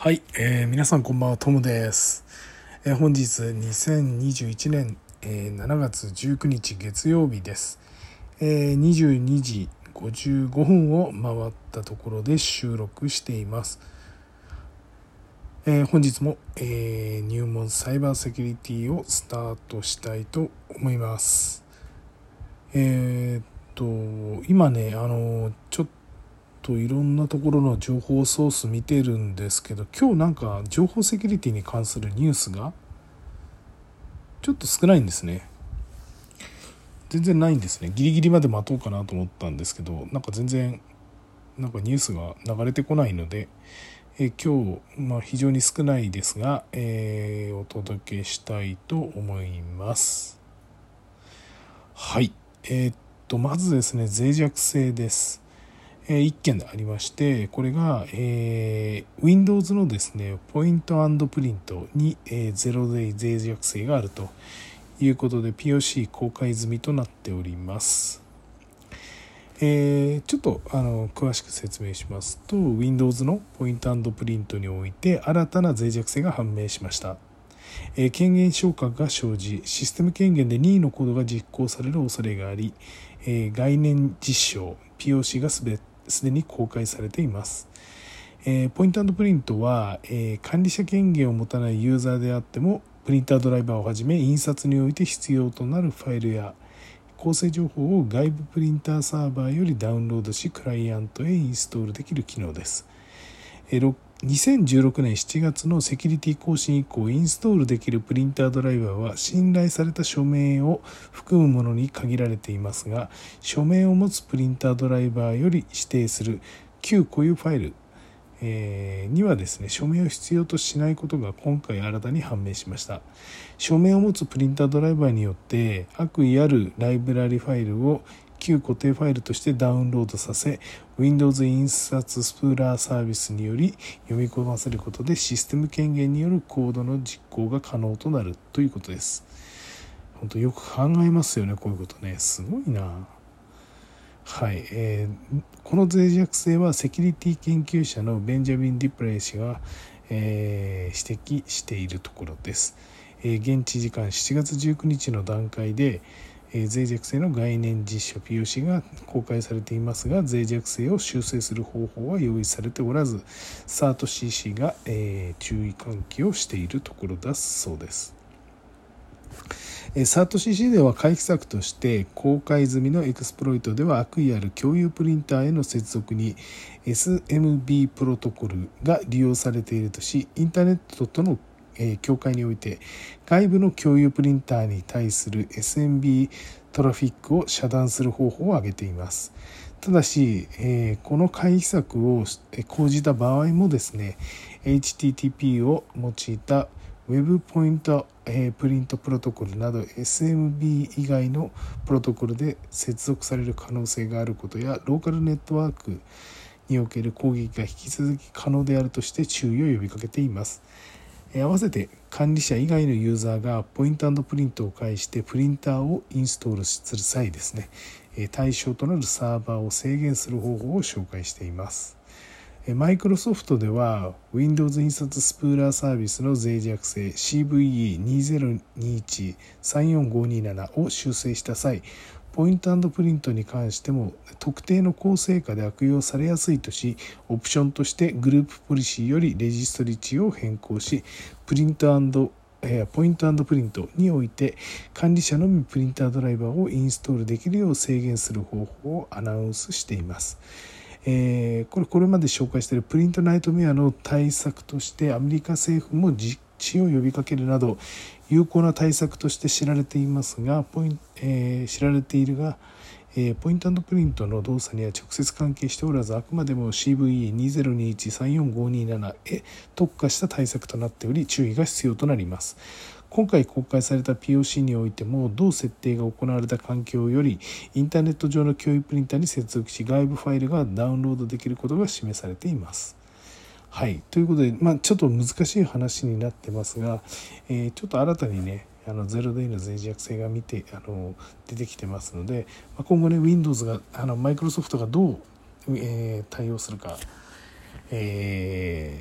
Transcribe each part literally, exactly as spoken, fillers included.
はい、えー、皆さんこんばんは、トムです。えー、本日にせんにじゅういちねん、えー、しちがつじゅうくにち月曜日です。えー、にじゅうにじごじゅうごふんを回ったところで収録しています。えー、本日も、えー、入門サイバーセキュリティをスタートしたいと思います。えー、っと今ねあのちょっとといろんなところの情報ソース見てるんですけど、今日なんか情報セキュリティに関するニュースがちょっと少ないんですね。全然ないんですね。ギリギリまで待とうかなと思ったんですけど、なんか全然なんかニュースが流れてこないので、え今日、まあ、非常に少ないですが、えー、お届けしたいと思います。はい。えー、っとまずですね、脆弱性です。いっけんでありまして、これが、えー、Windows のですね、ポイント&プリントに、えー、ゼロデイ脆弱性があるということで ピーオーシー 公開済みとなっております。えー、ちょっとあの詳しく説明しますと、Windows のポイント&プリントにおいて新たな脆弱性が判明しました。えー、権限昇格が生じ、システム権限で任意のコードが実行される恐れがあり、えー、概念実証 ピーオーシー がすべてすでに公開されています。えー、ポイント&プリントは、えー、管理者権限を持たないユーザーであっても、プリンタードライバーをはじめ印刷において必要となるファイルや構成情報を外部プリンターサーバーよりダウンロードし、クライアントへインストールできる機能です。えーにせんじゅうろくねんしちがつのセキュリティ更新以降、インストールできるプリンタードライバーは信頼された署名を含むものに限られていますが、署名を持つプリンタードライバーより指定する旧固有ファイル、えー、にはですね、署名を必要としないことが今回新たに判明しました。署名を持つプリンタードライバーによって悪意あるライブラリファイルを旧固定ファイルとしてダウンロードさせ、Windows 印刷スプーラーサービスにより読み込ませることでシステム権限によるコードの実行が可能となるということです。本当よく考えますよね、こういうことね。すごいな。はい、えー、この脆弱性はセキュリティ研究者のベンジャミン・ディプレイ氏が、えー、指摘しているところです。えー、現地時間しちがつじゅうくにちの段階で、えー、脆弱性の概念実証 ピーオーシー が公開されていますが、脆弱性を修正する方法は用意されておらず、サート シーシー が、えー、注意喚起をしているところだそうです。サート シーシー では回帰策として公開済みのエクスプロイトでは悪意ある共有プリンターへの接続に エスエムビー プロトコルが利用されているとし、インターネットとの境界において外部の共有プリンターに対する エスエムビー トラフィックを遮断する方法を挙げています。ただし、えー、この回避策を講じた場合もですね、エイチティーティーピー を用いたウェブポイントプリントプロトコルなど エスエムビー 以外のプロトコルで接続される可能性があることや、ローカルネットワークにおける攻撃が引き続き可能であるとして注意を呼びかけています。合わせて管理者以外のユーザーがポイント&プリントを介してプリンターをインストールする際ですね、対象となるサーバーを制限する方法を紹介しています。マイクロソフトでは Windows 印刷スプーラーサービスの脆弱性 シーブイイーにせんにじゅういち さんよんごにーなな を修正した際、ポイント&プリントに関しても特定の構成下で悪用されやすいとし、オプションとしてグループポリシーよりレジストリ値を変更し、プリント&ポイント&プリントにおいて管理者のみプリンタードライバーをインストールできるよう制限する方法をアナウンスしています。えー、これこれまで紹介しているプリントナイトメアの対策としてアメリカ政府も実施を呼びかけるなど有効な対策として知られていますが、ポイン、えー、知られているが、えー、ポイント&プリントの動作には直接関係しておらず、あくまでも シーブイイーにせんにじゅういち さんよんごにーなな へ特化した対策となっており、注意が必要となります。今回公開された ピーオーシー においても同設定が行われた環境よりインターネット上の共有プリンターに接続し、外部ファイルがダウンロードできることが示されています。はい、ということで、まあ、ちょっと難しい話になってますが、えー、ちょっと新たにねあのゼロデイの脆弱性が見てあの出てきてますので、まあ、今後ね Windows があのマイクロソフトがどう、えー、対応するか、えー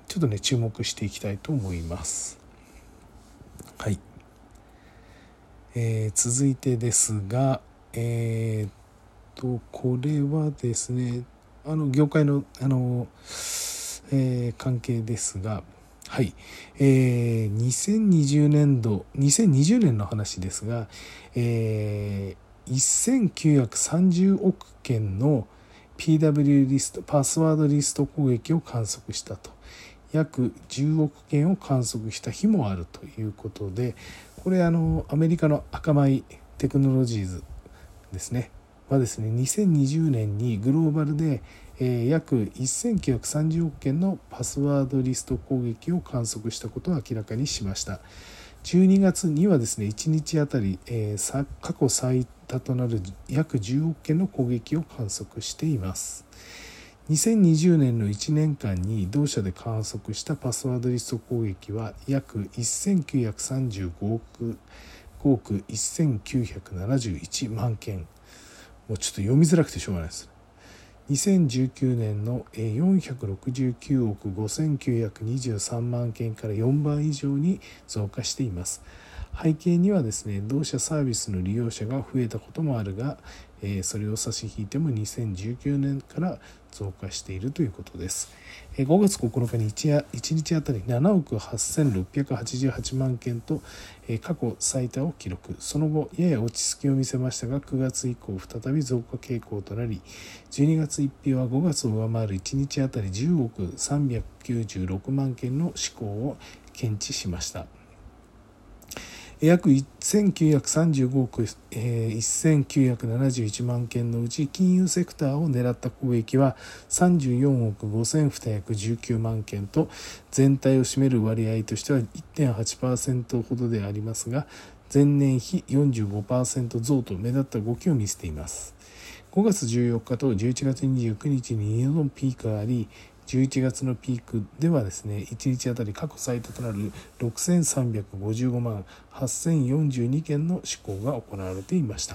ちょっとね注目していきたいと思います。はい、えー、続いてですが、えー、っとこれはですねあの業界のあの、えー、関係ですが、はい、えー、にせんにじゅうねんどにせんにじゅうねんの話ですが、えー、せんきゅうひゃくさんじゅうおくけんの ピーダブリュー リストパスワードリスト攻撃を観測したと、約じゅうおくけんを観測した日もあるということで、これあのアメリカのアカマイテクノロジーズですねはですねにせんにじゅうねんにグローバルで、えー、約せんきゅうひゃくさんじゅうおくけんのパスワードリスト攻撃を観測したことを明らかにしました。じゅうにがつにはですねいちにちあたり、えー、過去最多となる約じゅうおくけんの攻撃を観測しています。にせんにじゅうねんのいちねんかんに同社で観測したパスワードリスト攻撃は約せんきゅうひゃくさんじゅうごおくごおくせんきゅうひゃくななじゅういちまんけん、もうちょっと読みづらくてしょうがないです。にせんじゅうきゅうねんのよんひゃくろくじゅうきゅうおくごせんきゅうひゃくにじゅうさんまんけんからよんばい以上に増加しています。背景にはですね同社サービスの利用者が増えたこともあるが、それを差し引いてもにせんじゅうきゅうねんから増加しているということです。ごがつここのかに 1, 1日あたりななおくはっせんろっぴゃくはちじゅうはちまんけんと過去最多を記録。その後やや落ち着きを見せましたが、くがつ以降再び増加傾向となり、じゅうにがつついたちはごがつを上回るいちにちあたりじゅうおくさんびゃくきゅうじゅうろくまんけんの施行を検知しました。約せんきゅうひゃくさんじゅうごおくせんきゅうひゃくななじゅういちまんけんのうち、金融セクターを狙った攻撃はさんじゅうよんおくごせんにひゃくじゅうきゅうまんけんと、全体を占める割合としては いってんはちパーセント ほどでありますが、前年比 よんじゅうごパーセント 増と目立った動きを見せています。ごがつじゅうよっかとじゅういちがつにじゅうくにちににどのピークがあり、じゅういちがつのピークではですねいちにちあたり過去最多となるろくせんさんびゃくごじゅうごまんはっせんよんじゅうにけんの施行が行われていました。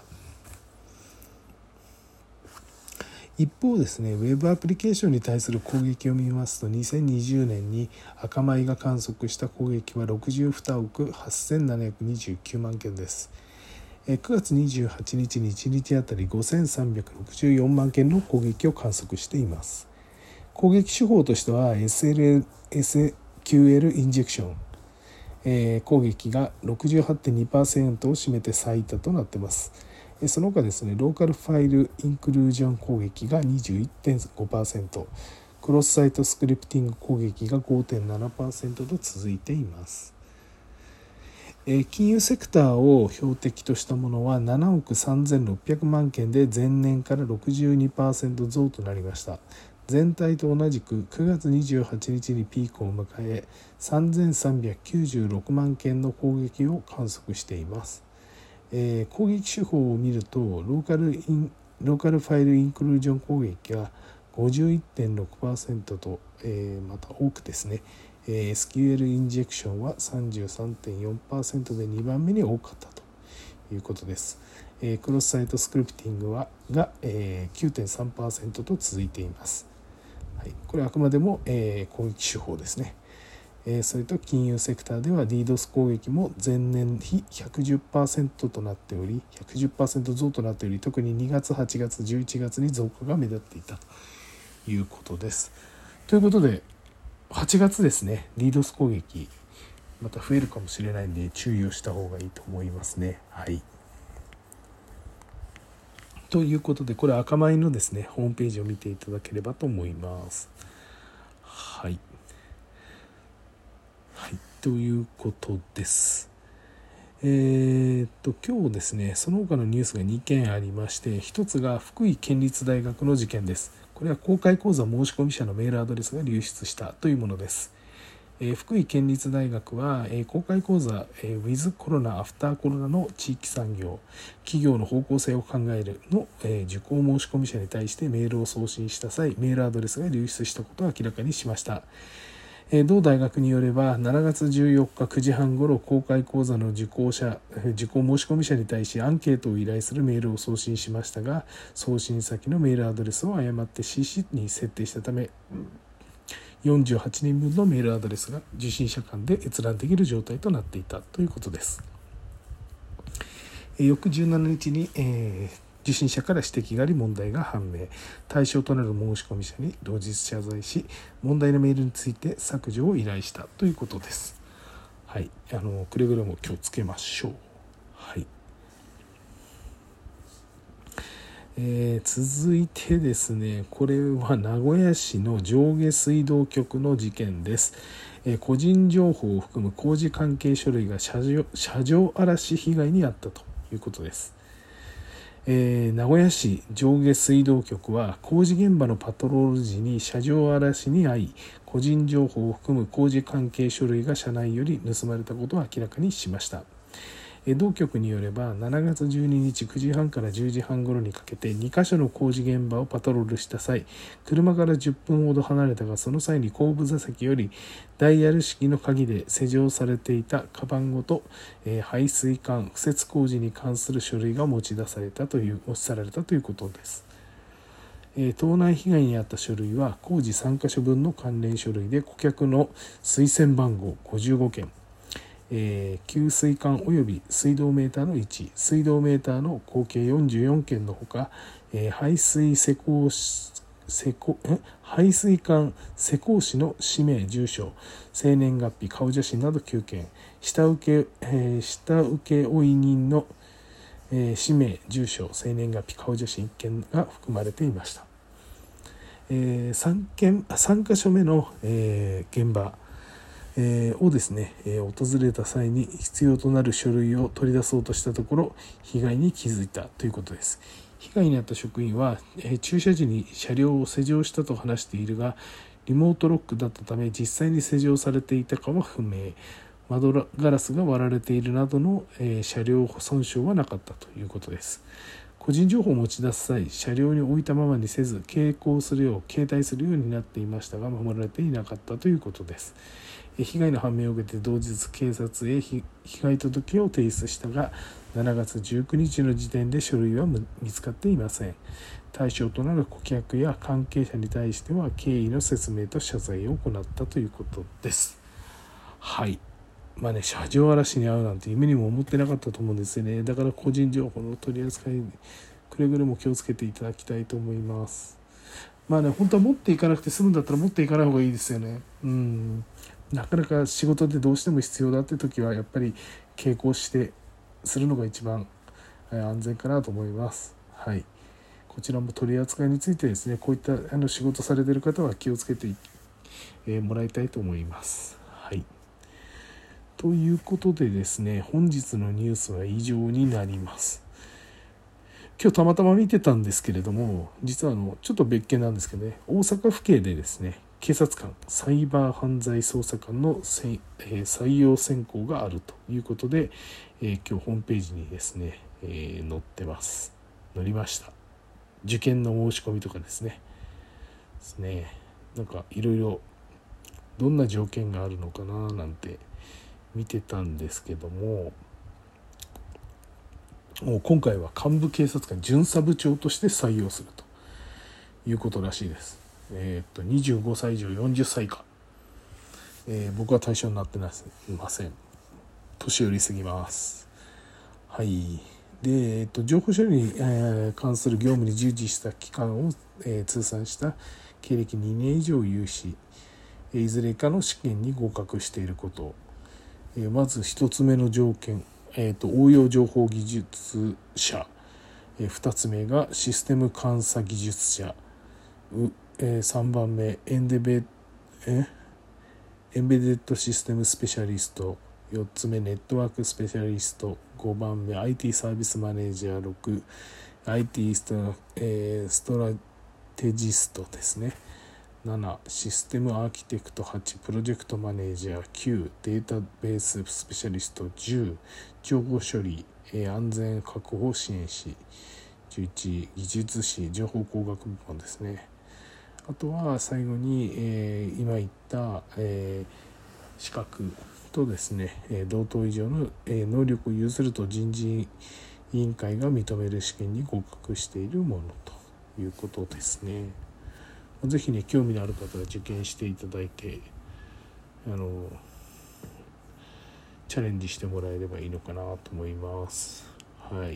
一方ですね、ウェブアプリケーションに対する攻撃を見ますと、にせんにじゅうねんにアカマイが観測した攻撃はろくじゅうにおくはっせんななひゃくにじゅうきゅうまんけんです。くがつにじゅうはちにちにいちにちあたりごせんさんびゃくろくじゅうよんまんけんの攻撃を観測しています。攻撃手法としては エスエルエル エスキューエル インジェクション、えー、攻撃が ろくじゅうはちてんにパーセント を占めて最多となっています。その他ですね、ローカルファイルインクルージョン攻撃が にじゅういってんごパーセント、クロスサイトスクリプティング攻撃が ごてんななパーセント と続いています。金融セクターを標的としたものはななおくさんぜんろっぴゃくまんけんで前年から ろくじゅうにパーセント 増となりました。全体と同じくくがつにじゅうはちにちにピークを迎え、さんぜんさんびゃくきゅうじゅうろくまんけんの攻撃を観測しています。えー、攻撃手法を見るとローカルインローカルファイルインクルージョン攻撃が ごじゅういってんろくパーセント と、えー、また多くですね、えー、エスキューエル インジェクションは さんじゅうさんてんよんパーセント でにばんめに多かったということです。えー、クロスサイトスクリプティングはが、えー、きゅうてんさんパーセント と続いています。はい、これはあくまでも、えー、攻撃手法ですね。えー、それと金融セクターでは ディードス 攻撃も前年比 ひゃくじゅっパーセント となっており ひゃくじゅっパーセント 増となっており、特ににがつはちがつじゅういちがつに増加が目立っていたということです。ということではちがつですね、 ディードス 攻撃また増えるかもしれないんで注意をした方がいいと思いますね。はい、ということで、これ赤米のですねホームページを見ていただければと思います。はい、はい、ということです。えー、っと今日ですね、その他のニュースがにけんありまして、ひとつが福井県立大学の事件です。これは公開講座申込者のメールアドレスが流出したというものです。えー、福井県立大学は、えー、公開講座、えー、ウィズ コロナアフターコロナの地域産業企業の方向性を考えるの、えー、受講申込者に対してメールを送信した際、メールアドレスが流出したことを明らかにしました。同大学によればしちがつじゅうよっかくじはんごろ、公開講座の受講者受講申込者に対しアンケートを依頼するメールを送信しましたが、送信先のメールアドレスを誤って シーシー に設定したため、 よんじゅうはちにんぶんのメールアドレスが受信者間で閲覧できる状態となっていたということです。翌じゅうしちにちに、えー、受信者から指摘があり問題が判明。対象となる申込者に同日謝罪し、問題のメールについて削除を依頼したということです。はい、あのくれぐれも気をつけましょう。はい。えー、続いてですね、これは名古屋市の上下水道局の事件です。えー、個人情報を含む工事関係書類が車上、車上荒らし被害に遭ったということです。えー、名古屋市上下水道局は工事現場のパトロール時に車上荒らしに遭い、個人情報を含む工事関係書類が車内より盗まれたことを明らかにしました。同局によればしちがつじゅうににちくじはんからじゅうじはん頃にかけてにカ所の工事現場をパトロールした際、車からじゅっぷんほど離れたがその際に後部座席よりダイヤル式の鍵で施錠されていたカバンごと、えー、排水管敷設工事に関する書類が持ち出されたという持ち去られたということです。えー、盗難被害に遭った書類は工事さんカ所分の関連書類で、顧客の推薦番号ごじゅうごけん、えー、給水管及び水道メーターの位置、水道メーターの合計よんじゅうよんけんのほか、えー、排水施工施工え排水管施工士の氏名、住所、生年月日、顔写真などきゅうけん、下請け、えー、下請負人の、えー、氏名、住所、生年月日、顔写真いっけんが含まれていました。えー、さんけんさんカ所目の、えー、現場えー、をですね、えー、訪れた際に必要となる書類を取り出そうとしたところ、被害に気づいたということです。被害に遭った職員は、えー、駐車時に車両を施錠したと話しているが、リモートロックだったため実際に施錠されていたかは不明。窓ガラスが割られているなどの、えー、車両損傷はなかったということです。個人情報を持ち出す際、車両に置いたままにせず携行するよう携帯するようになっていましたが、守られていなかったということです。被害の判明を受けて同日警察へ被害届を提出したが、しちがつじゅうくにちの時点で書類は見つかっていません。対象となる顧客や関係者に対しては経緯の説明と謝罪を行ったということです。はい。まあね、車上荒らしに遭うなんて夢にも思ってなかったと思うんですよね。だから個人情報の取り扱いにくれぐれも気をつけていただきたいと思います。まあね、本当は持っていかなくて済むんだったら持っていかない方がいいですよね。うん。なかなか仕事でどうしても必要だって時はやっぱり携行してするのが一番安全かなと思います。はい。こちらも取り扱いについてですね、こういったあの仕事されている方は気をつけてもらいたいと思います。はい。ということでですね、本日のニュースは以上になります。今日たまたま見てたんですけれども、実はあのちょっと別件なんですけどね、大阪府警でですね、警察官サイバー犯罪捜査官の採用選考があるということで、えー、今日ホームページにですね、えー、載ってます。載りました。受験の申し込みとかですね。ですね。なんかいろいろどんな条件があるのかななんて見てたんですけども、もう今回は幹部警察官巡査部長として採用するということらしいです。えー、っとにじゅうごさい以上よんじゅっさい以下、えー、僕は対象になっていません。年寄りすぎます。はい。で、えー、っと情報処理に、えー、関する業務に従事した期間を、えー、通算した経歴にねん以上有し、いずれかの試験に合格していること、えー、まず一つ目の条件、えー、と応用情報技術者、えー、ふたつめがシステム監査技術者、えー、さんばんめエンデベえエンベデッドシステムスペシャリスト、よっつめネットワークスペシャリスト、ごばんめ アイティー サービスマネージャー、ろく アイティー ストラ、えー、ストラテジストですね、ななシステムアーキテクト、はちプロジェクトマネージャー、きゅうデータベーススペシャリスト、じゅう情報処理、えー、安全確保支援士、じゅういち技術士、情報工学部門ですね。あとは最後に、えー、今言った、えー、資格とですね、えー、同等以上の、えー、能力を有すると人事委員会が認める試験に合格しているものということですね。 ぜひね興味のある方は受験していただいてあのチャレンジしてもらえればいいのかなと思います。はい。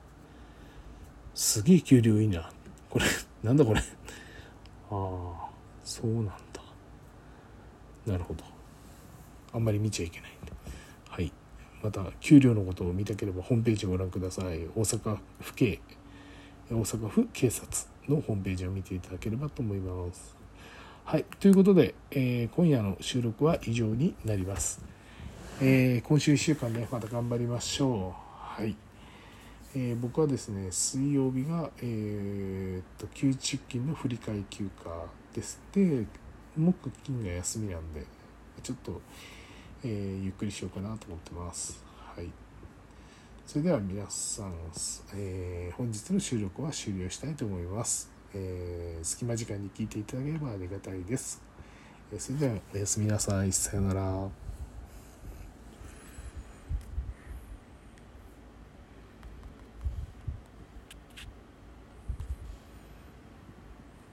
すげえ給料いいなこれなんだこれ。ああそうなんだ。なるほど。あんまり見ちゃいけないんで。はい。また給料のことを見たければホームページをご覧ください。大阪府警大阪府警察のホームページを見ていただければと思います。はい。ということで、えー、今夜の収録は以上になります。えー、今週いっしゅうかんねまた頑張りましょう。はい。えー、僕はですね水曜日が、えー、っと休出勤の振り替え休暇です。で木金が休みなんでちょっと、えー、ゆっくりしようかなと思ってます。はい。それでは皆さん、えー、本日の収録は終了したいと思います。えー、隙間時間に聞いていただければありがたいです。それではおやすみなさい。さようなら。